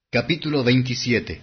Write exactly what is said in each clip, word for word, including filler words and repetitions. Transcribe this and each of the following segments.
Capítulo veintisiete.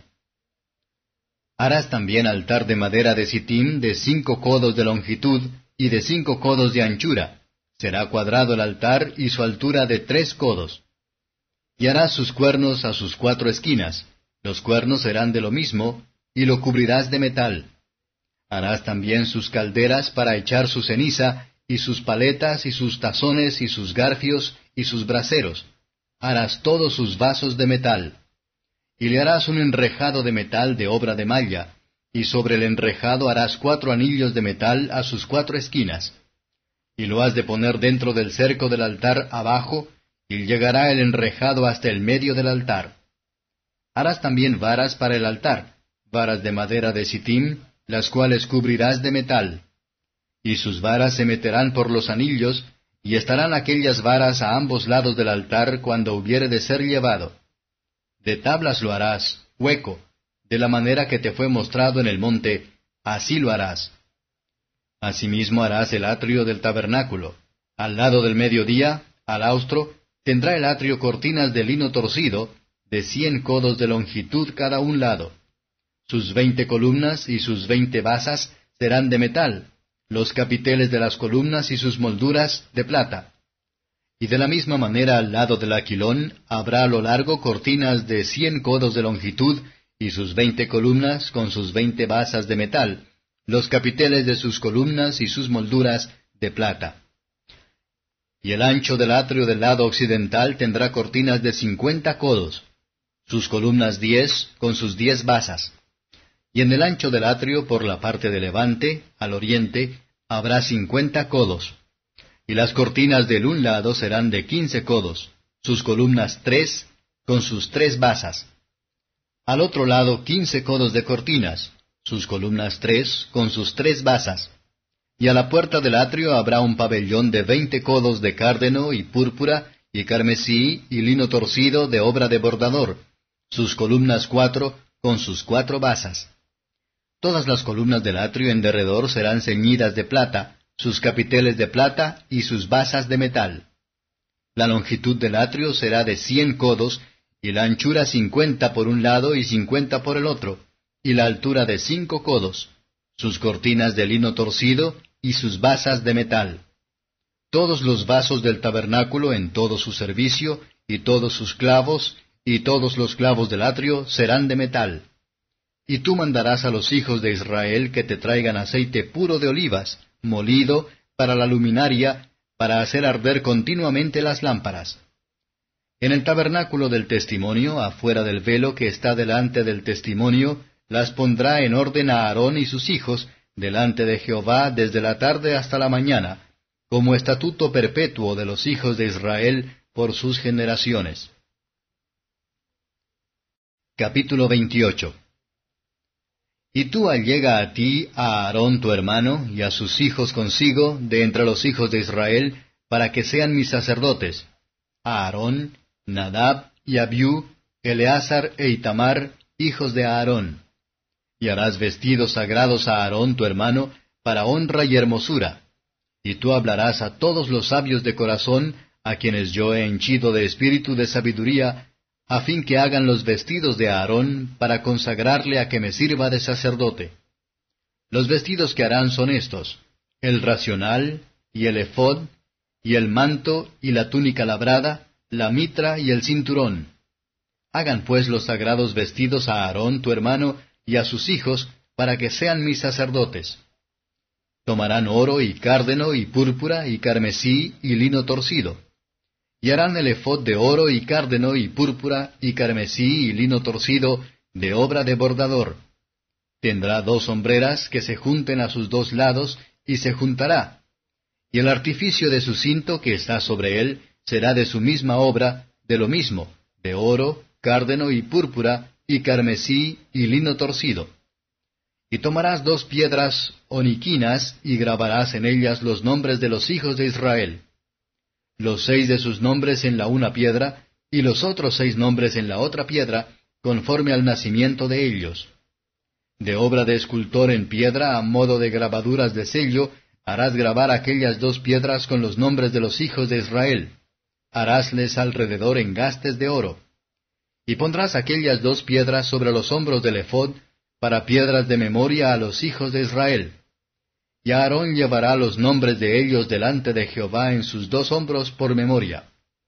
Harás también altar de madera de sitim de cinco codos de longitud y de cinco codos de anchura. Será cuadrado el altar y su altura de tres codos. Y harás sus cuernos a sus cuatro esquinas. Los cuernos serán de lo mismo, y lo cubrirás de metal. Harás también sus calderas para echar su ceniza, y sus paletas, y sus tazones, y sus garfios, y sus braseros. Harás todos sus vasos de metal. Y le harás un enrejado de metal de obra de malla, y sobre el enrejado harás cuatro anillos de metal a sus cuatro esquinas. Y lo has de poner dentro del cerco del altar abajo, y llegará el enrejado hasta el medio del altar. Harás también varas para el altar, varas de madera de sitim, las cuales cubrirás de metal. Y sus varas se meterán por los anillos, y estarán aquellas varas a ambos lados del altar cuando hubiere de ser llevado. De tablas lo harás, hueco, de la manera que te fue mostrado en el monte, así lo harás. Asimismo harás el atrio del tabernáculo. Al lado del mediodía, al austro, tendrá el atrio cortinas de lino torcido, de cien codos de longitud cada un lado. Sus veinte columnas y sus veinte basas serán de metal, los capiteles de las columnas y sus molduras de plata. Y de la misma manera al lado del aquilón habrá a lo largo cortinas de cien codos de longitud, y sus veinte columnas con sus veinte basas de metal, los capiteles de sus columnas y sus molduras de plata. Y el ancho del atrio del lado occidental tendrá cortinas de cincuenta codos, sus columnas diez con sus diez basas. Y en el ancho del atrio por la parte de levante, al oriente, habrá cincuenta codos. Y las cortinas del un lado serán de quince codos, sus columnas tres, con sus tres basas. Al otro lado quince codos de cortinas, sus columnas tres, con sus tres basas. Y a la puerta del atrio habrá un pabellón de veinte codos de cárdeno y púrpura, y carmesí, y lino torcido de obra de bordador, sus columnas cuatro, con sus cuatro basas. Todas las columnas del atrio en derredor serán ceñidas de plata, sus capiteles de plata y sus basas de metal. La longitud del atrio será de cien codos, y la anchura cincuenta por un lado y cincuenta por el otro, y la altura de cinco codos, sus cortinas de lino torcido y sus basas de metal. Todos los vasos del tabernáculo en todo su servicio, y todos sus clavos, y todos los clavos del atrio serán de metal. Y tú mandarás a los hijos de Israel que te traigan aceite puro de olivas, molido, para la luminaria, para hacer arder continuamente las lámparas. En el tabernáculo del testimonio, afuera del velo que está delante del testimonio, las pondrá en orden a Aarón y sus hijos, delante de Jehová desde la tarde hasta la mañana, como estatuto perpetuo de los hijos de Israel por sus generaciones. Capítulo veintiocho. Y tú allega a ti a Aarón tu hermano, y a sus hijos consigo, de entre los hijos de Israel, para que sean mis sacerdotes, a Aarón, Nadab y Abiú, Eleazar e Itamar, hijos de Aarón. Y harás vestidos sagrados a Aarón tu hermano, para honra y hermosura. Y tú hablarás a todos los sabios de corazón, a quienes yo he henchido de espíritu de sabiduría, a fin que hagan los vestidos de Aarón, para consagrarle a que me sirva de sacerdote. Los vestidos que harán son estos: el racional, y el ephod, y el manto, y la túnica labrada, la mitra y el cinturón. Hagan pues los sagrados vestidos a Aarón tu hermano, y a sus hijos, para que sean mis sacerdotes. Tomarán oro y cárdeno y púrpura y carmesí y lino torcido. Y harán el ephod de oro y cárdeno y púrpura y carmesí y lino torcido de obra de bordador. Tendrá dos hombreras que se junten a sus dos lados, y se juntará. Y el artificio de su cinto que está sobre él será de su misma obra, de lo mismo, de oro, cárdeno y púrpura, y carmesí y lino torcido. Y tomarás dos piedras oniquinas, y grabarás en ellas los nombres de los hijos de Israel. Los seis de sus nombres en la una piedra, y los otros seis nombres en la otra piedra, conforme al nacimiento de ellos. De obra de escultor en piedra, a modo de grabaduras de sello, harás grabar aquellas dos piedras con los nombres de los hijos de Israel. Harásles alrededor engastes de oro. Y pondrás aquellas dos piedras sobre los hombros del ephod, para piedras de memoria a los hijos de Israel. Y Aarón llevará los nombres de ellos delante de Jehová en sus dos hombros por memoria.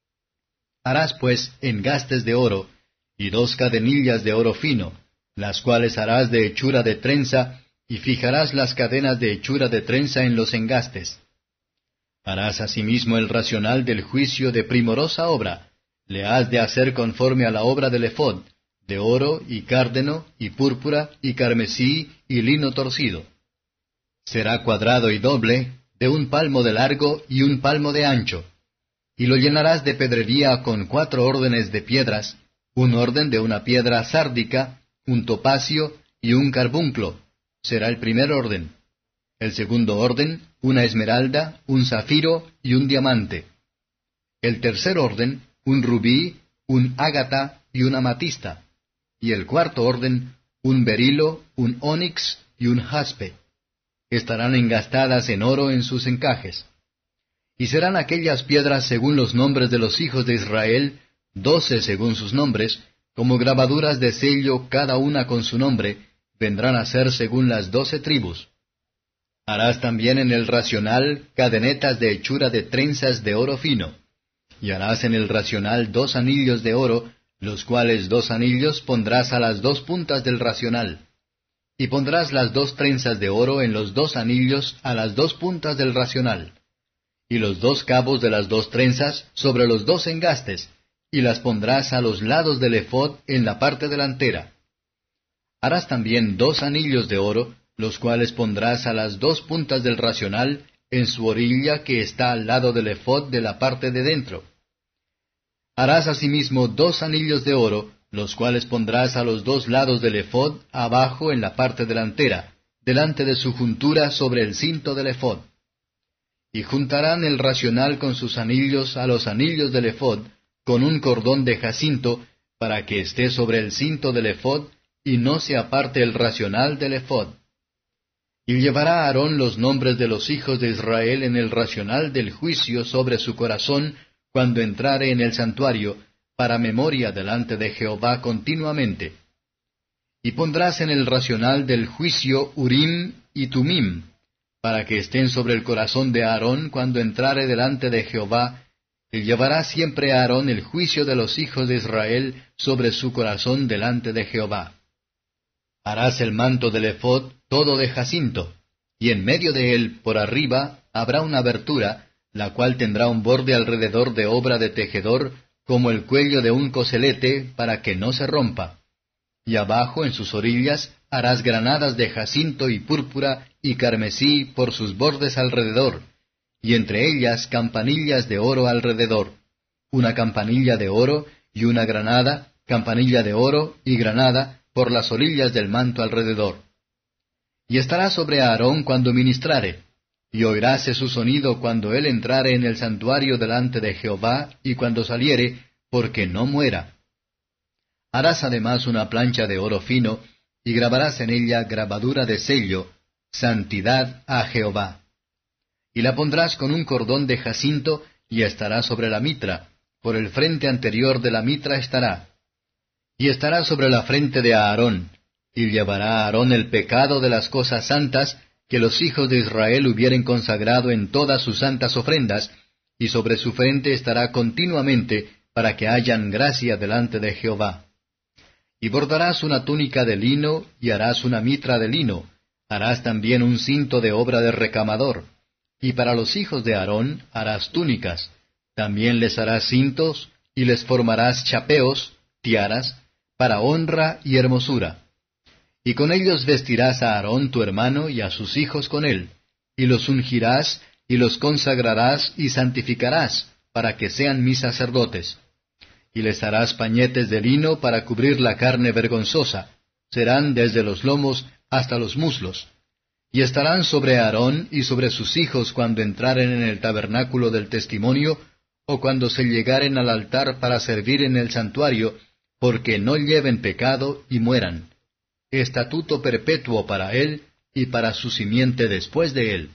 Harás pues engastes de oro, y dos cadenillas de oro fino, las cuales harás de hechura de trenza, y fijarás las cadenas de hechura de trenza en los engastes. Harás asimismo el racional del juicio de primorosa obra, le has de hacer conforme a la obra del ephod, de oro, y cárdeno, y púrpura, y carmesí, y lino torcido. Será cuadrado y doble, de un palmo de largo y un palmo de ancho. Y lo llenarás de pedrería con cuatro órdenes de piedras, un orden de una piedra sárdica, un topacio y un carbunclo. Será el primer orden. El segundo orden, una esmeralda, un zafiro y un diamante. El tercer orden, un rubí, un ágata y una amatista. Y el cuarto orden, un berilo, un onix y un jaspe. Estarán engastadas en oro en sus encajes. Y serán aquellas piedras según los nombres de los hijos de Israel, doce según sus nombres, como grabaduras de sello cada una con su nombre, vendrán a ser según las doce tribus. Harás también en el racional cadenetas de hechura de trenzas de oro fino. Y harás en el racional dos anillos de oro, los cuales dos anillos pondrás a las dos puntas del racional. Y pondrás las dos trenzas de oro en los dos anillos a las dos puntas del racional. Y los dos cabos de las dos trenzas sobre los dos engastes, y las pondrás a los lados del ephod en la parte delantera. Harás también dos anillos de oro, los cuales pondrás a las dos puntas del racional, en su orilla que está al lado del ephod de la parte de dentro. Harás asimismo dos anillos de oro, los cuales pondrás a los dos lados del ephod, abajo en la parte delantera, delante de su juntura sobre el cinto del ephod. Y juntarán el racional con sus anillos a los anillos del ephod, con un cordón de jacinto, para que esté sobre el cinto del ephod, y no se aparte el racional del ephod. Y llevará Aarón los nombres de los hijos de Israel en el racional del juicio sobre su corazón, cuando entrare en el santuario, para memoria delante de Jehová continuamente. Y pondrás en el racional del juicio Urim y Tumim, para que estén sobre el corazón de Aarón cuando entrare delante de Jehová, y llevará siempre a Aarón el juicio de los hijos de Israel sobre su corazón delante de Jehová. Harás el manto del ephod todo de jacinto, y en medio de él, por arriba, habrá una abertura, la cual tendrá un borde alrededor de obra de tejedor, como el cuello de un coselete, para que no se rompa. Y abajo, en sus orillas, harás granadas de jacinto y púrpura y carmesí por sus bordes alrededor, y entre ellas campanillas de oro alrededor, una campanilla de oro y una granada, campanilla de oro y granada por las orillas del manto alrededor. Y estará sobre Aarón cuando ministrare, y oiráse su sonido cuando él entrare en el santuario delante de Jehová, y cuando saliere, porque no muera. Harás además una plancha de oro fino, y grabarás en ella grabadura de sello, santidad a Jehová. Y la pondrás con un cordón de jacinto, y estará sobre la mitra, por el frente anterior de la mitra estará. Y estará sobre la frente de Aarón, y llevará a Aarón el pecado de las cosas santas, que los hijos de Israel hubieren consagrado en todas sus santas ofrendas, y sobre su frente estará continuamente, para que hayan gracia delante de Jehová. Y bordarás una túnica de lino, y harás una mitra de lino, harás también un cinto de obra de recamador. Y para los hijos de Aarón harás túnicas, también les harás cintos, y les formarás chapeos, tiaras, para honra y hermosura. Y con ellos vestirás a Aarón tu hermano y a sus hijos con él, y los ungirás, y los consagrarás y santificarás, para que sean mis sacerdotes. Y les harás pañetes de lino para cubrir la carne vergonzosa, serán desde los lomos hasta los muslos. Y estarán sobre Aarón y sobre sus hijos cuando entraren en el tabernáculo del testimonio, o cuando se llegaren al altar para servir en el santuario, porque no lleven pecado y mueran. Estatuto perpetuo para él y para su simiente después de él.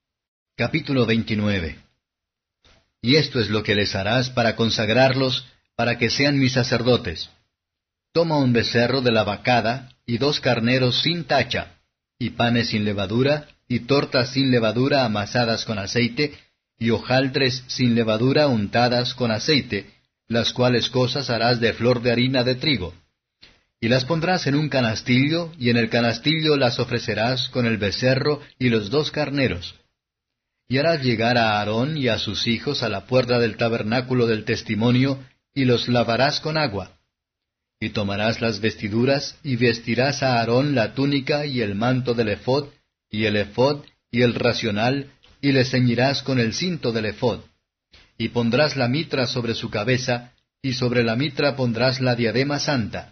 Capítulo veintinueve. Y esto es lo que les harás para consagrarlos, para que sean mis sacerdotes. Toma un becerro de la vacada, y dos carneros sin tacha, y panes sin levadura, y tortas sin levadura amasadas con aceite, y hojaldres sin levadura untadas con aceite, las cuales cosas harás de flor de harina de trigo. Y las pondrás en un canastillo, y en el canastillo las ofrecerás con el becerro y los dos carneros. Y harás llegar a Aarón y a sus hijos a la puerta del tabernáculo del testimonio, y los lavarás con agua. Y tomarás las vestiduras, y vestirás a Aarón la túnica y el manto del ephod, y el ephod y el racional, y le ceñirás con el cinto del ephod. Y pondrás la mitra sobre su cabeza, y sobre la mitra pondrás la diadema santa.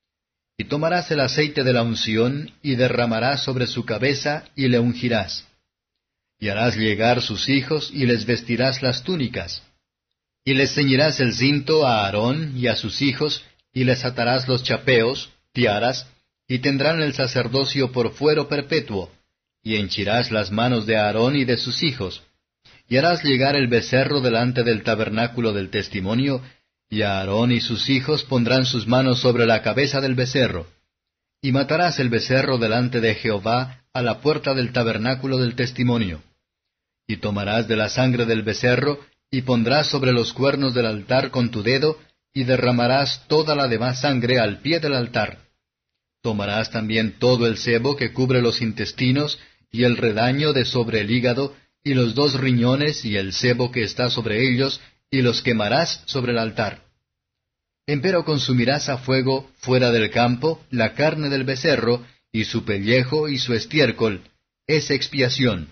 Y tomarás el aceite de la unción, y derramarás sobre su cabeza, y le ungirás. Y harás llegar sus hijos, y les vestirás las túnicas. Y les ceñirás el cinto a Aarón y a sus hijos, y les atarás los chapeos, tiaras, y tendrán el sacerdocio por fuero perpetuo, y henchirás las manos de Aarón y de sus hijos. Y harás llegar el becerro delante del tabernáculo del testimonio, y Aarón y sus hijos pondrán sus manos sobre la cabeza del becerro. Y matarás el becerro delante de Jehová a la puerta del tabernáculo del testimonio. Y tomarás de la sangre del becerro, y pondrás sobre los cuernos del altar con tu dedo, y derramarás toda la demás sangre al pie del altar. Tomarás también todo el sebo que cubre los intestinos, y el redaño de sobre el hígado, y los dos riñones, y el sebo que está sobre ellos, y los quemarás sobre el altar. Empero consumirás a fuego, fuera del campo, la carne del becerro, y su pellejo y su estiércol, es expiación.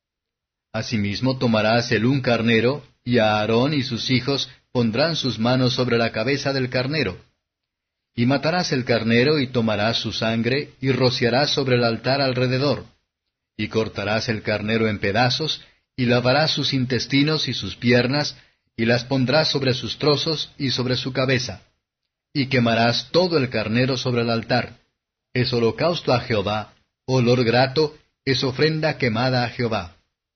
Asimismo tomarás el un carnero, y a Aarón y sus hijos pondrán sus manos sobre la cabeza del carnero. Y matarás el carnero, y tomarás su sangre, y rociarás sobre el altar alrededor. Y cortarás el carnero en pedazos, y lavarás sus intestinos y sus piernas, y las pondrás sobre sus trozos y sobre su cabeza. Y quemarás todo el carnero sobre el altar. Es holocausto a Jehová, olor grato, es ofrenda quemada a Jehová.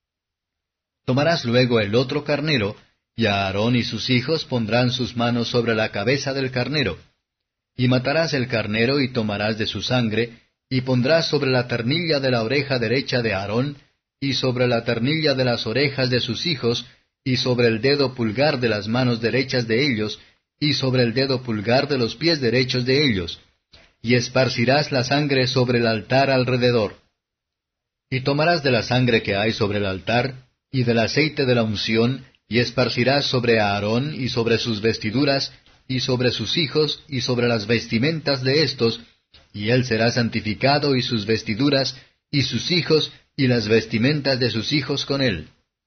Tomarás luego el otro carnero, y Aarón y sus hijos pondrán sus manos sobre la cabeza del carnero. Y matarás el carnero, y tomarás de su sangre, y pondrás sobre la ternilla de la oreja derecha de Aarón, y sobre la ternilla de las orejas de sus hijos, y sobre el dedo pulgar de las manos derechas de ellos, y sobre el dedo pulgar de los pies derechos de ellos. Y esparcirás la sangre sobre el altar alrededor. Y tomarás de la sangre que hay sobre el altar, y del aceite de la unción, y esparcirás sobre Aarón, y sobre sus vestiduras, y sobre sus hijos, y sobre las vestimentas de éstos, y él será santificado, y sus vestiduras, y sus hijos, y las vestimentas de sus hijos con él.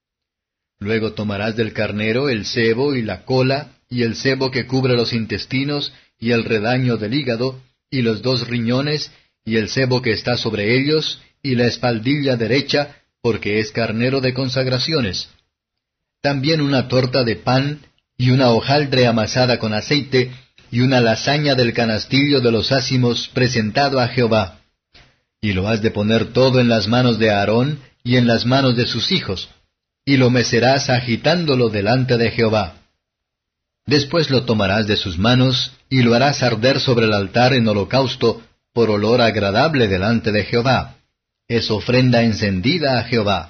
Luego tomarás del carnero el sebo y la cola, y el sebo que cubre los intestinos, y el redaño del hígado, y los dos riñones, y el sebo que está sobre ellos, y la espaldilla derecha, porque es carnero de consagraciones. También una torta de pan, y una hojaldre amasada con aceite, y una lasaña del canastillo de los ázimos presentado a Jehová. Y lo has de poner todo en las manos de Aarón, y en las manos de sus hijos, y lo mecerás agitándolo delante de Jehová. Después lo tomarás de sus manos, y lo harás arder sobre el altar en holocausto, por olor agradable delante de Jehová. Es ofrenda encendida a Jehová.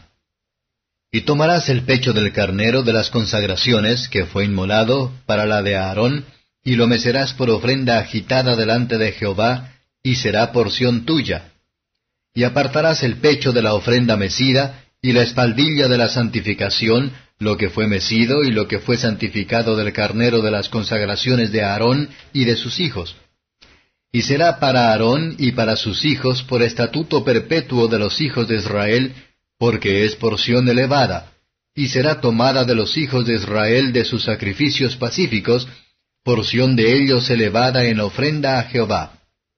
Y tomarás el pecho del carnero de las consagraciones, que fue inmolado, para la de Aarón, y lo mecerás por ofrenda agitada delante de Jehová, y será porción tuya. Y apartarás el pecho de la ofrenda mecida, y la espaldilla de la santificación, lo que fue mecido y lo que fue santificado del carnero de las consagraciones de Aarón y de sus hijos. Y será para Aarón y para sus hijos por estatuto perpetuo de los hijos de Israel, porque es porción elevada, y será tomada de los hijos de Israel de sus sacrificios pacíficos, porción de ellos elevada en ofrenda a Jehová.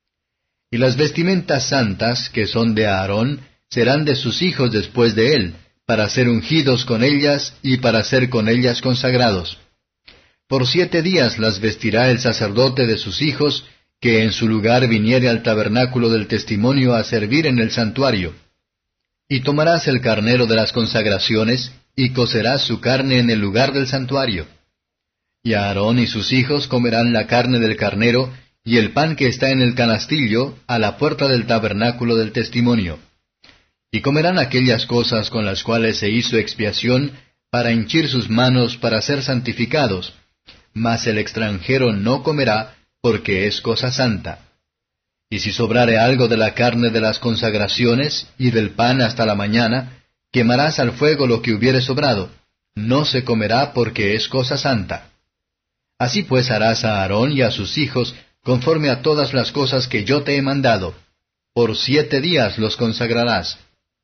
Y las vestimentas santas, que son de Aarón, serán de sus hijos después de él, para ser ungidos con ellas y para ser con ellas consagrados. Por siete días las vestirá el sacerdote de sus hijos, que en su lugar viniere al tabernáculo del testimonio a servir en el santuario. Y tomarás el carnero de las consagraciones, y cocerás su carne en el lugar del santuario. y Aarón y sus hijos comerán la carne del carnero, y el pan que está en el canastillo, a la puerta del tabernáculo del testimonio. Y comerán aquellas cosas con las cuales se hizo expiación, para henchir sus manos para ser santificados, mas el extranjero no comerá, porque es cosa santa. Y si sobrare algo de la carne de las consagraciones, y del pan hasta la mañana, quemarás al fuego lo que hubiere sobrado, no se comerá porque es cosa santa. Así pues harás a Aarón y a sus hijos, conforme a todas las cosas que yo te he mandado. Por siete días los consagrarás.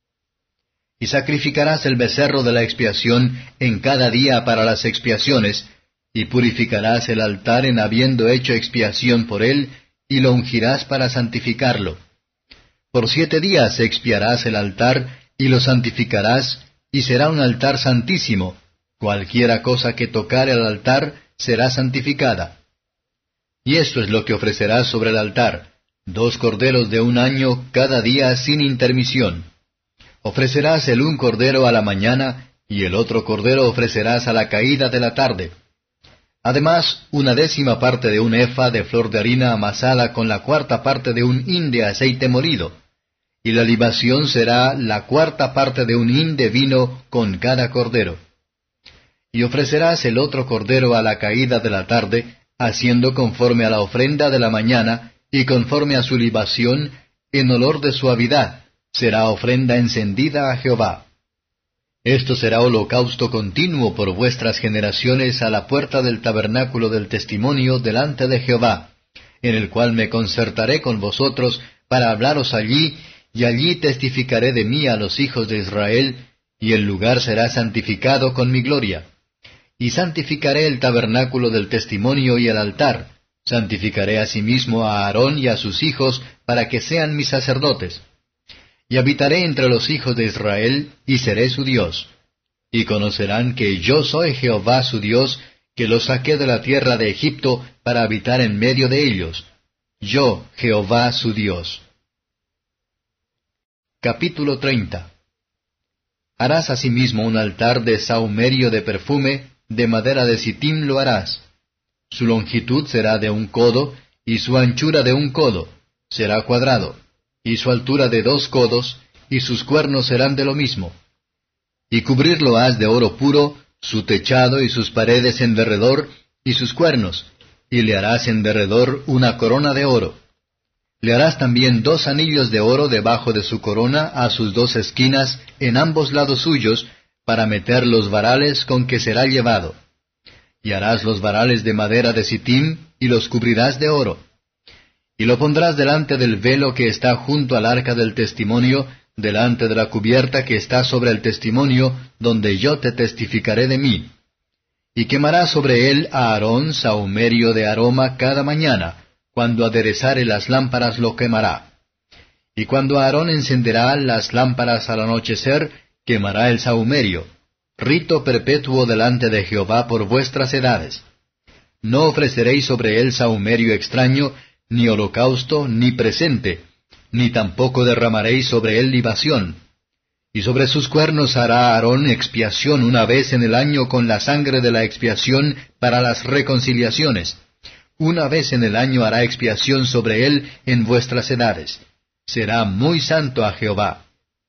Y sacrificarás el becerro de la expiación en cada día para las expiaciones, y purificarás el altar en habiendo hecho expiación por él, y lo ungirás para santificarlo. Por siete días expiarás el altar, y lo santificarás, y será un altar santísimo. Cualquiera cosa que tocare al altar será santificada. Y esto es lo que ofrecerás sobre el altar, dos corderos de un año cada día sin intermisión. Ofrecerás el un cordero a la mañana, y el otro cordero ofrecerás a la caída de la tarde. Además, una décima parte de un efa de flor de harina amasada con la cuarta parte de un hin de aceite molido. Y la libación será la cuarta parte de un hin de vino con cada cordero. Y ofrecerás el otro cordero a la caída de la tarde, haciendo conforme a la ofrenda de la mañana, y conforme a su libación, en olor de suavidad, será ofrenda encendida a Jehová. Esto será holocausto continuo por vuestras generaciones a la puerta del tabernáculo del testimonio delante de Jehová, en el cual me concertaré con vosotros para hablaros allí, y allí testificaré de mí a los hijos de Israel, y el lugar será santificado con mi gloria. Y santificaré el tabernáculo del testimonio y el altar, santificaré asimismo a Aarón y a sus hijos, para que sean mis sacerdotes. Y habitaré entre los hijos de Israel, y seré su Dios. Y conocerán que yo soy Jehová su Dios, que los saqué de la tierra de Egipto para habitar en medio de ellos. Yo, Jehová su Dios. Capítulo treinta. Harás asimismo un altar de sahumerio de perfume, de madera de sitim lo harás. Su longitud será de un codo, y su anchura de un codo, será cuadrado, y su altura de dos codos, y sus cuernos serán de lo mismo. Y cubrirlo has de oro puro, su techado y sus paredes en derredor, y sus cuernos, y le harás en derredor una corona de oro. Le harás también dos anillos de oro debajo de su corona a sus dos esquinas, en ambos lados suyos, para meter los varales con que será llevado. Y harás los varales de madera de sitim, y los cubrirás de oro. Y lo pondrás delante del velo que está junto al arca del testimonio, delante de la cubierta que está sobre el testimonio, donde yo te testificaré de mí. Y quemarás sobre él a Aarón sahumerio de aroma cada mañana, cuando aderezare las lámparas lo quemará. Y cuando Aarón encenderá las lámparas al anochecer, quemará el sahumerio, rito perpetuo delante de Jehová por vuestras edades. No ofreceréis sobre él sahumerio extraño, ni holocausto, ni presente, ni tampoco derramaréis sobre él libación. Y sobre sus cuernos hará Aarón expiación una vez en el año con la sangre de la expiación para las reconciliaciones. Una vez en el año hará expiación sobre él en vuestras edades. Será muy santo a Jehová.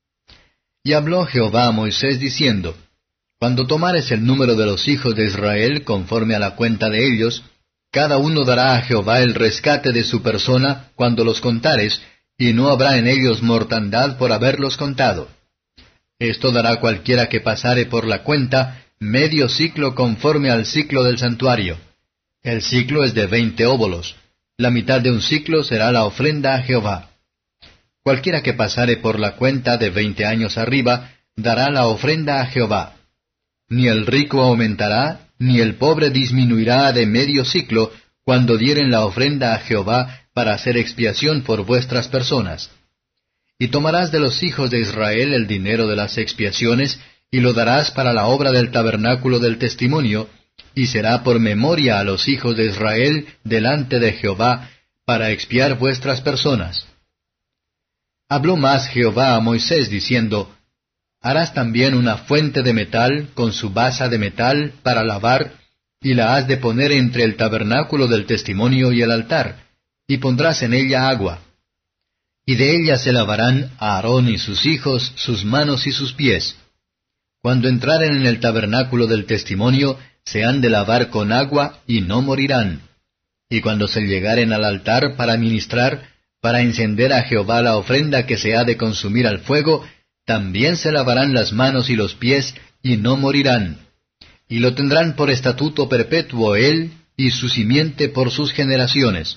Y habló Jehová a Moisés diciendo, Cuando tomares el número de los hijos de Israel conforme a la cuenta de ellos, cada uno dará a Jehová el rescate de su persona cuando los contares, y no habrá en ellos mortandad por haberlos contado. Esto dará cualquiera que pasare por la cuenta medio ciclo conforme al ciclo del santuario. El ciclo es de veinte óbolos. La mitad de un ciclo será la ofrenda a Jehová. Cualquiera que pasare por la cuenta de veinte años arriba, dará la ofrenda a Jehová. Ni el rico aumentará, ni el pobre disminuirá de medio ciclo, cuando dieren la ofrenda a Jehová para hacer expiación por vuestras personas. Y tomarás de los hijos de Israel el dinero de las expiaciones, y lo darás para la obra del tabernáculo del testimonio, y será por memoria a los hijos de Israel delante de Jehová, para expiar vuestras personas. Habló más Jehová a Moisés, diciendo, Harás también una fuente de metal, con su basa de metal, para lavar, y la has de poner entre el tabernáculo del testimonio y el altar, y pondrás en ella agua. Y de ella se lavarán Aarón y sus hijos sus manos y sus pies. Cuando entraren en el tabernáculo del testimonio, se han de lavar con agua y no morirán. Y cuando se llegaren al altar para ministrar, para encender a Jehová la ofrenda que se ha de consumir al fuego, también se lavarán las manos y los pies, y no morirán. Y lo tendrán por estatuto perpetuo él y su simiente por sus generaciones.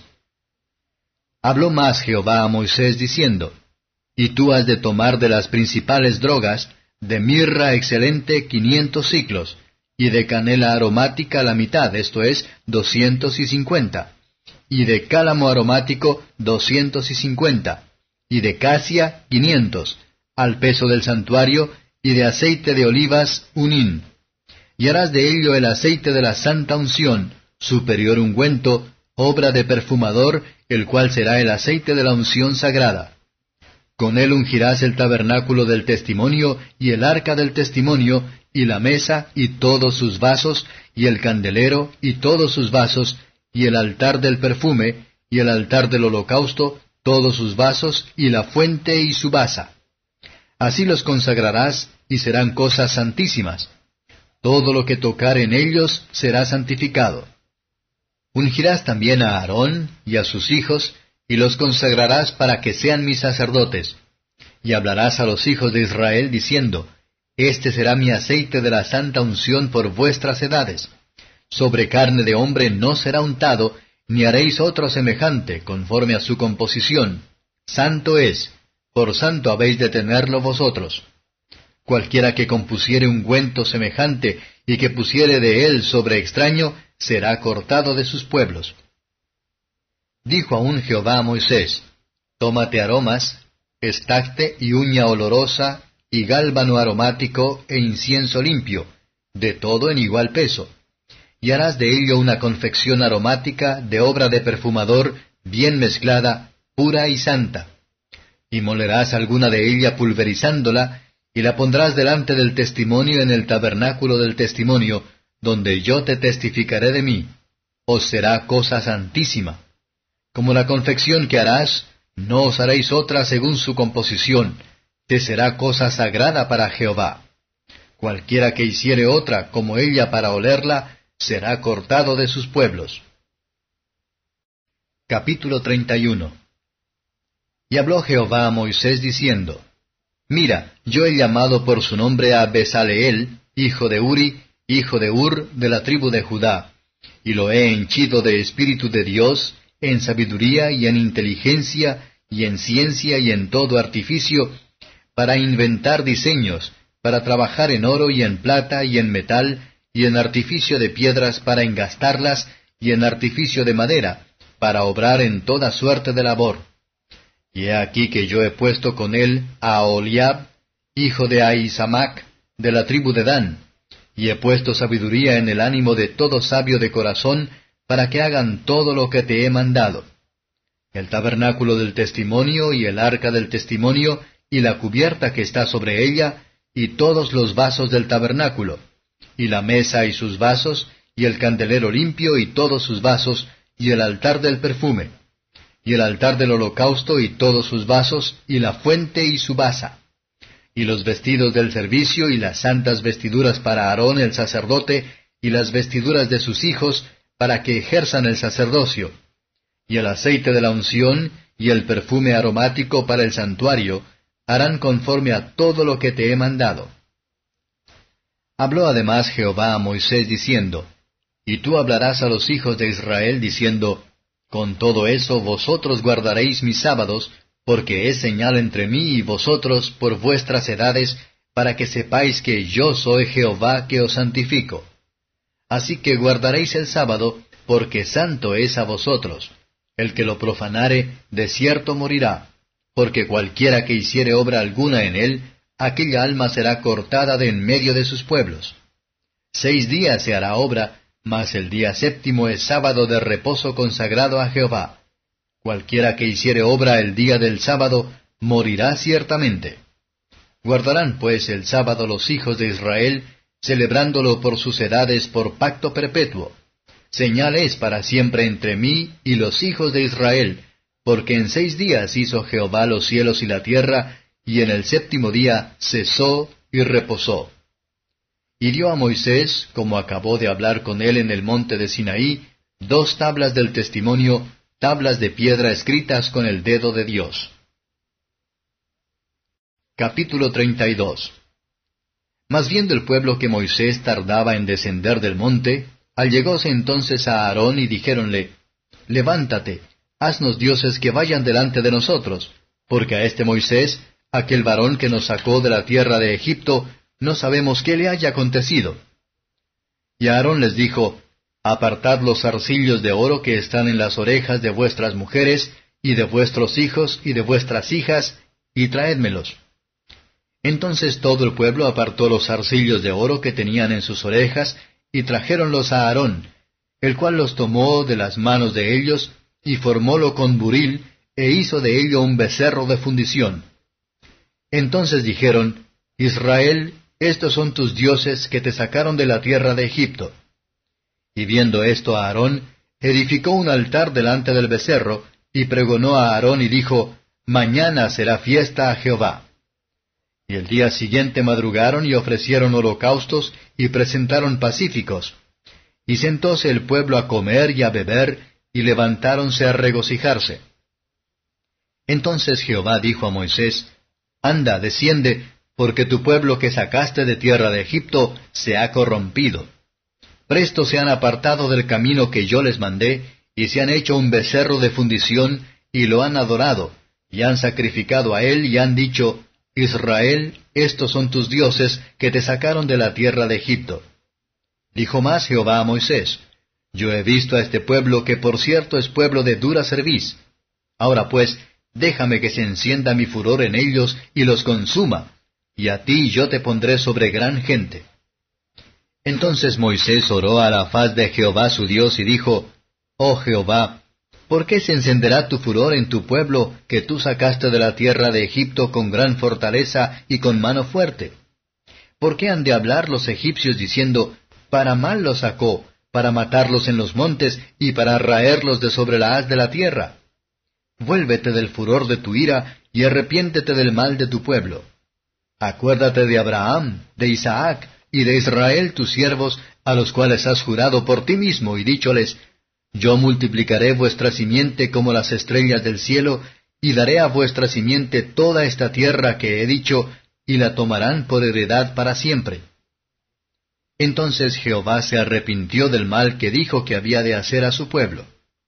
Habló más Jehová a Moisés diciendo, Y tú has de tomar de las principales drogas, de mirra excelente quinientos siclos, y de canela aromática la mitad, esto es, doscientos y cincuenta, y de cálamo aromático doscientos y cincuenta, y de casia quinientos, al peso del santuario, y de aceite de olivas un hin. Y harás de ello el aceite de la santa unción, superior ungüento, obra de perfumador, el cual será el aceite de la unción sagrada. Con él ungirás el tabernáculo del testimonio, y el arca del testimonio, y la mesa, y todos sus vasos, y el candelero, y todos sus vasos, y el altar del perfume, y el altar del holocausto, todos sus vasos, y la fuente y su basa. Así los consagrarás, y serán cosas santísimas. Todo lo que tocar en ellos será santificado. Ungirás también a Aarón y a sus hijos, y los consagrarás para que sean mis sacerdotes. Y hablarás a los hijos de Israel, diciendo, Este será mi aceite de la santa unción por vuestras edades. Sobre carne de hombre no será untado, ni haréis otro semejante, conforme a su composición. Santo es, por santo habéis de tenerlo vosotros. Cualquiera que compusiere ungüento semejante, y que pusiere de él sobre extraño, será cortado de sus pueblos. Dijo aún Jehová a Moisés, Tómate aromas, estacte y uña olorosa, y gálbano aromático e incienso limpio, de todo en igual peso. Y harás de ello una confección aromática de obra de perfumador, bien mezclada, pura y santa. Y molerás alguna de ella pulverizándola, y la pondrás delante del testimonio en el tabernáculo del testimonio, donde yo te testificaré de mí. Os será cosa santísima. Como la confección que harás, no os haréis otra según su composición, te será cosa sagrada para Jehová. Cualquiera que hiciere otra como ella para olerla, será cortado de sus pueblos. Capítulo treinta y uno. Y habló Jehová a Moisés diciendo, Mira, yo he llamado por su nombre a Besaleel, hijo de Uri, hijo de Ur, de la tribu de Judá, y lo he henchido de espíritu de Dios, en sabiduría y en inteligencia, y en ciencia y en todo artificio, para inventar diseños, para trabajar en oro y en plata y en metal, y en artificio de piedras para engastarlas, y en artificio de madera, para obrar en toda suerte de labor. Y he aquí que yo he puesto con él a Oholiab, hijo de Ahisamac, de la tribu de Dan, y he puesto sabiduría en el ánimo de todo sabio de corazón, para que hagan todo lo que te he mandado. El tabernáculo del testimonio y el arca del testimonio, y la cubierta que está sobre ella, y todos los vasos del tabernáculo, y la mesa y sus vasos, y el candelero limpio y todos sus vasos, y el altar del perfume, y el altar del holocausto y todos sus vasos, y la fuente y su basa, y los vestidos del servicio y las santas vestiduras para Aarón el sacerdote, y las vestiduras de sus hijos, para que ejerzan el sacerdocio, y el aceite de la unción, y el perfume aromático para el santuario, harán conforme a todo lo que te he mandado. Habló además Jehová a Moisés diciendo, Y tú hablarás a los hijos de Israel diciendo, Con todo eso vosotros guardaréis mis sábados, porque es señal entre mí y vosotros por vuestras edades, para que sepáis que yo soy Jehová que os santifico. Así que guardaréis el sábado, porque santo es a vosotros. El que lo profanare, de cierto morirá, porque cualquiera que hiciere obra alguna en él, aquella alma será cortada de en medio de sus pueblos. Seis días se hará obra, mas el día séptimo es sábado de reposo consagrado a Jehová. Cualquiera que hiciere obra el día del sábado, morirá ciertamente. Guardarán pues el sábado los hijos de Israel, celebrándolo por sus edades por pacto perpetuo. señal es para siempre entre mí y los hijos de Israel, porque en seis días hizo Jehová los cielos y la tierra, y en el séptimo día cesó y reposó. Y dio a Moisés, como acabó de hablar con él en el monte de Sinaí, dos tablas del testimonio, tablas de piedra escritas con el dedo de Dios. Capítulo treinta y dos. Mas viendo el pueblo que Moisés tardaba en descender del monte, allegóse entonces a Aarón y dijéronle, Levántate, haznos dioses que vayan delante de nosotros, porque a este Moisés, aquel varón que nos sacó de la tierra de Egipto, no sabemos qué le haya acontecido. Y Aarón les dijo, Apartad los zarcillos de oro que están en las orejas de vuestras mujeres, y de vuestros hijos, y de vuestras hijas, y traédmelos. Entonces todo el pueblo apartó los zarcillos de oro que tenían en sus orejas, y trajéronlos a Aarón, el cual los tomó de las manos de ellos, y formólo con buril, e hizo de ello un becerro de fundición. Entonces dijeron, Israel, estos son tus dioses que te sacaron de la tierra de Egipto. Y viendo esto a Aarón, edificó un altar delante del becerro, y pregonó a Aarón y dijo, Mañana será fiesta a Jehová. Y el día siguiente madrugaron y ofrecieron holocaustos y presentaron pacíficos. Y sentóse el pueblo a comer y a beber, y levantáronse a regocijarse. Entonces Jehová dijo a Moisés, Anda, desciende, porque tu pueblo que sacaste de tierra de Egipto se ha corrompido. Presto se han apartado del camino que yo les mandé, y se han hecho un becerro de fundición, y lo han adorado, y han sacrificado a él, y han dicho, Israel, estos son tus dioses que te sacaron de la tierra de Egipto. Dijo más Jehová a Moisés, Yo he visto a este pueblo que por cierto es pueblo de dura cerviz. Ahora pues, déjame que se encienda mi furor en ellos y los consuma, y a ti yo te pondré sobre gran gente. Entonces Moisés oró a la faz de Jehová su Dios y dijo, Oh Jehová, ¿por qué se encenderá tu furor en tu pueblo que tú sacaste de la tierra de Egipto con gran fortaleza y con mano fuerte? ¿Por qué han de hablar los egipcios diciendo, para mal los sacó, para matarlos en los montes y para raerlos de sobre la haz de la tierra? Vuélvete del furor de tu ira y arrepiéntete del mal de tu pueblo. Acuérdate de Abraham, de Isaac y de Israel tus siervos, a los cuales has jurado por ti mismo y dícholes, Yo multiplicaré vuestra simiente como las estrellas del cielo, y daré a vuestra simiente toda esta tierra que he dicho, y la tomarán por heredad para siempre. Entonces Jehová se arrepintió del mal que dijo que había de hacer a su pueblo.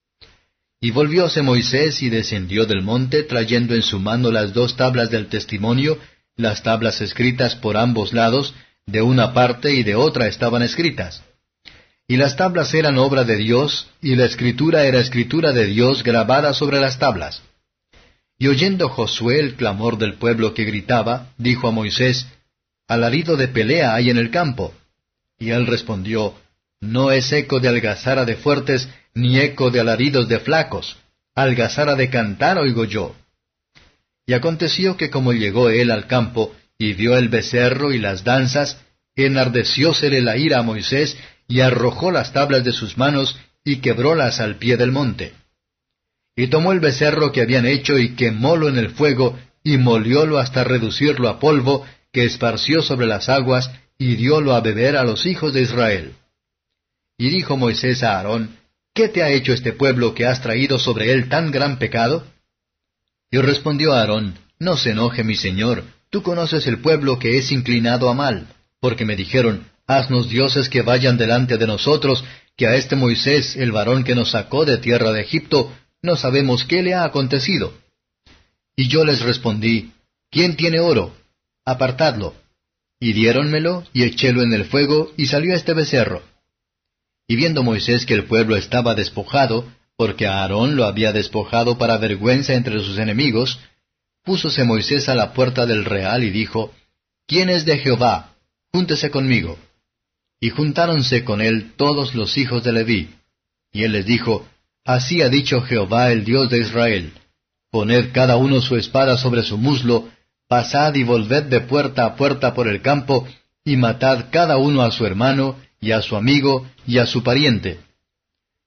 Y volvióse Moisés y descendió del monte, trayendo en su mano las dos tablas del testimonio, las tablas escritas por ambos lados, de una parte y de otra estaban escritas. Y las tablas eran obra de Dios, y la escritura era escritura de Dios grabada sobre las tablas. Y oyendo Josué el clamor del pueblo que gritaba, dijo a Moisés, Alarido de pelea hay en el campo. Y él respondió, No es eco de algazara de fuertes, ni eco de alaridos de flacos. Algazara de cantar oigo yo. Y aconteció que como llegó él al campo, y vio el becerro y las danzas, enardeciósele la ira a Moisés, y arrojó las tablas de sus manos, y quebrólas al pie del monte. Y tomó el becerro que habían hecho, y quemólo en el fuego, y moliólo hasta reducirlo a polvo, que esparció sobre las aguas, y diólo a beber a los hijos de Israel. Y dijo Moisés a Aarón, ¿Qué te ha hecho este pueblo que has traído sobre él tan gran pecado? Y respondió Aarón, No se enoje mi señor, tú conoces el pueblo que es inclinado a mal, porque me dijeron, Haznos dioses que vayan delante de nosotros, que a este Moisés, el varón que nos sacó de tierra de Egipto, no sabemos qué le ha acontecido. Y yo les respondí, ¿Quién tiene oro? Apartadlo. Y diéronmelo, y echélo en el fuego, y salió este becerro. Y viendo Moisés que el pueblo estaba despojado, porque a Aarón lo había despojado para vergüenza entre sus enemigos, púsose Moisés a la puerta del real y dijo, ¿Quién es de Jehová? Júntese conmigo. Y juntáronse con él todos los hijos de Leví. Y él les dijo, Así ha dicho Jehová el Dios de Israel, Poned cada uno su espada sobre su muslo, pasad y volved de puerta a puerta por el campo, y matad cada uno a su hermano, y a su amigo, y a su pariente.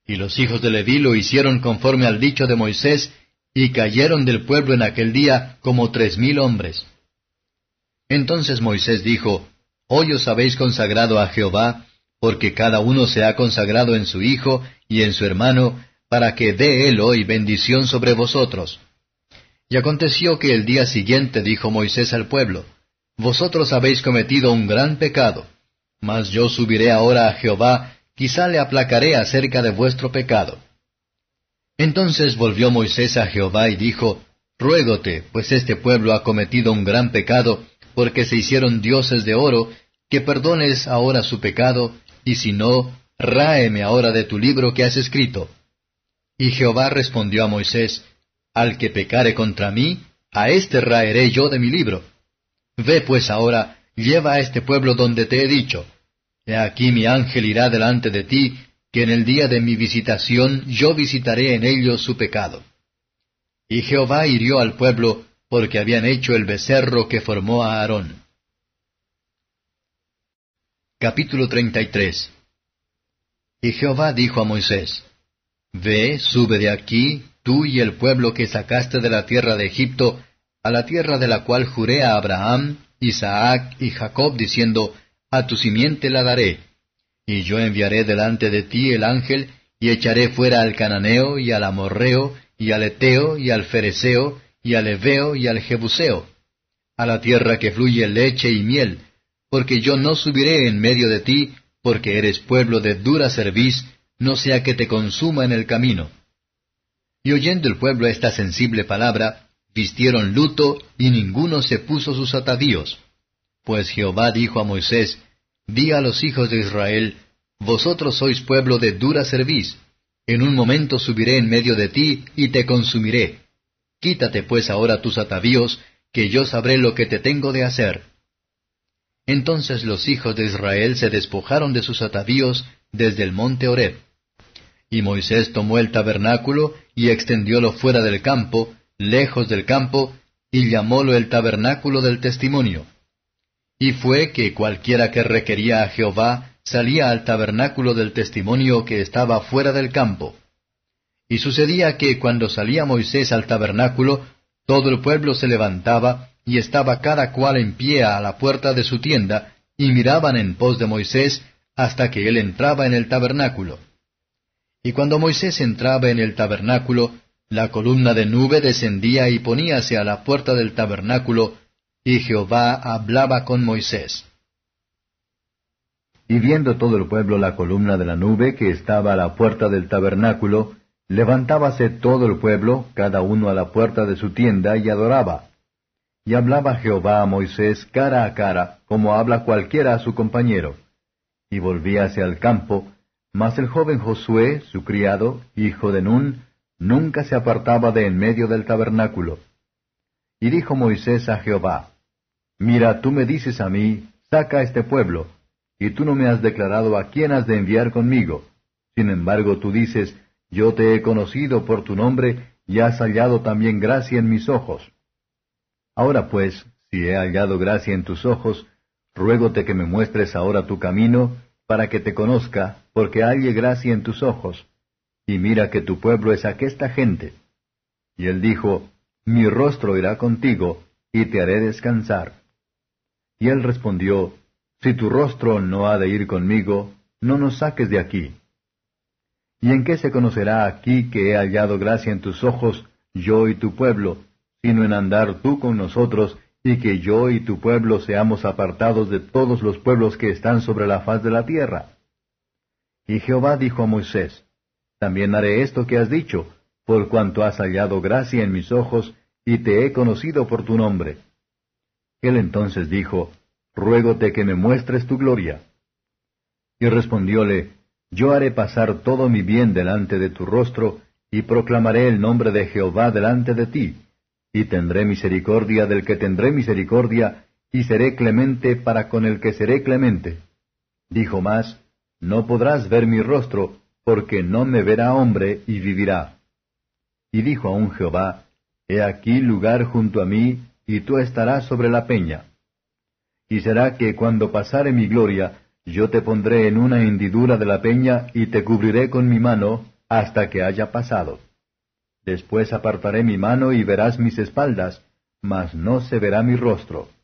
Y los hijos de Leví lo hicieron conforme al dicho de Moisés, y cayeron del pueblo en aquel día como tres mil hombres. Entonces Moisés dijo, Hoy os habéis consagrado a Jehová, porque cada uno se ha consagrado en su hijo y en su hermano, para que dé él hoy bendición sobre vosotros. Y aconteció que el día siguiente dijo Moisés al pueblo, Vosotros habéis cometido un gran pecado, mas yo subiré ahora a Jehová, quizá le aplacaré acerca de vuestro pecado. Entonces volvió Moisés a Jehová y dijo, Ruégote, pues este pueblo ha cometido un gran pecado, porque se hicieron dioses de oro, que perdones ahora su pecado, y si no, ráeme ahora de tu libro que has escrito. Y Jehová respondió a Moisés, Al que pecare contra mí, a éste raeré yo de mi libro. Ve pues ahora, lleva a este pueblo donde te he dicho. He aquí mi ángel irá delante de ti, que en el día de mi visitación yo visitaré en ellos su pecado. Y Jehová hirió al pueblo, porque habían hecho el becerro que formó a Aarón. Capítulo treinta y tres. Y Jehová dijo a Moisés, Ve, sube de aquí, tú y el pueblo que sacaste de la tierra de Egipto, a la tierra de la cual juré a Abraham, Isaac y Jacob, diciendo, A tu simiente la daré. Y yo enviaré delante de ti el ángel, y echaré fuera al cananeo, y al amorreo, y al eteo, y al fereceo, y al heveo, y al jebuseo, a la tierra que fluye leche y miel, porque yo no subiré en medio de ti, porque eres pueblo de dura cerviz, no sea que te consuma en el camino. Y oyendo el pueblo esta sensible palabra, vistieron luto, y ninguno se puso sus atavíos. Pues Jehová dijo a Moisés, Di a los hijos de Israel, Vosotros sois pueblo de dura cerviz. En un momento subiré en medio de ti, y te consumiré. Quítate pues ahora tus atavíos, que yo sabré lo que te tengo de hacer. Entonces los hijos de Israel se despojaron de sus atavíos desde el monte Horeb. Y Moisés tomó el tabernáculo, y extendiólo fuera del campo, lejos del campo, y llamólo el tabernáculo del testimonio. Y fue que cualquiera que requería a Jehová salía al tabernáculo del testimonio que estaba fuera del campo. Y sucedía que cuando salía Moisés al tabernáculo, todo el pueblo se levantaba, y estaba cada cual en pie a la puerta de su tienda, y miraban en pos de Moisés, hasta que él entraba en el tabernáculo. Y cuando Moisés entraba en el tabernáculo, la columna de nube descendía y poníase a la puerta del tabernáculo, y Jehová hablaba con Moisés. Y viendo todo el pueblo la columna de la nube que estaba a la puerta del tabernáculo, levantábase todo el pueblo, cada uno a la puerta de su tienda, y adoraba. Y hablaba Jehová a Moisés cara a cara, como habla cualquiera a su compañero. Y volvíase al campo, mas el joven Josué, su criado, hijo de Nun, nunca se apartaba de en medio del tabernáculo. Y dijo Moisés a Jehová, Mira, tú me dices a mí, saca a este pueblo, y tú no me has declarado a quién has de enviar conmigo. Sin embargo, tú dices, Yo te he conocido por tu nombre, y has hallado también gracia en mis ojos. Ahora pues, si he hallado gracia en tus ojos, ruégote que me muestres ahora tu camino, para que te conozca, porque halle gracia en tus ojos. Y mira que tu pueblo es aquesta gente. Y él dijo, Mi rostro irá contigo, y te haré descansar. Y él respondió, Si tu rostro no ha de ir conmigo, no nos saques de aquí. ¿Y en qué se conocerá aquí que he hallado gracia en tus ojos, yo y tu pueblo, sino en andar tú con nosotros, y que yo y tu pueblo seamos apartados de todos los pueblos que están sobre la faz de la tierra? Y Jehová dijo a Moisés, También haré esto que has dicho, por cuanto has hallado gracia en mis ojos, y te he conocido por tu nombre. Él entonces dijo, Ruégote que me muestres tu gloria. Y respondióle, Yo haré pasar todo mi bien delante de tu rostro, y proclamaré el nombre de Jehová delante de ti, y tendré misericordia del que tendré misericordia, y seré clemente para con el que seré clemente. Dijo más, No podrás ver mi rostro, porque no me verá hombre y vivirá. Y dijo aún Jehová, He aquí lugar junto a mí, y tú estarás sobre la peña. Y será que cuando pasare mi gloria, yo te pondré en una hendidura de la peña, y te cubriré con mi mano, hasta que haya pasado. Después apartaré mi mano y verás mis espaldas, mas no se verá mi rostro.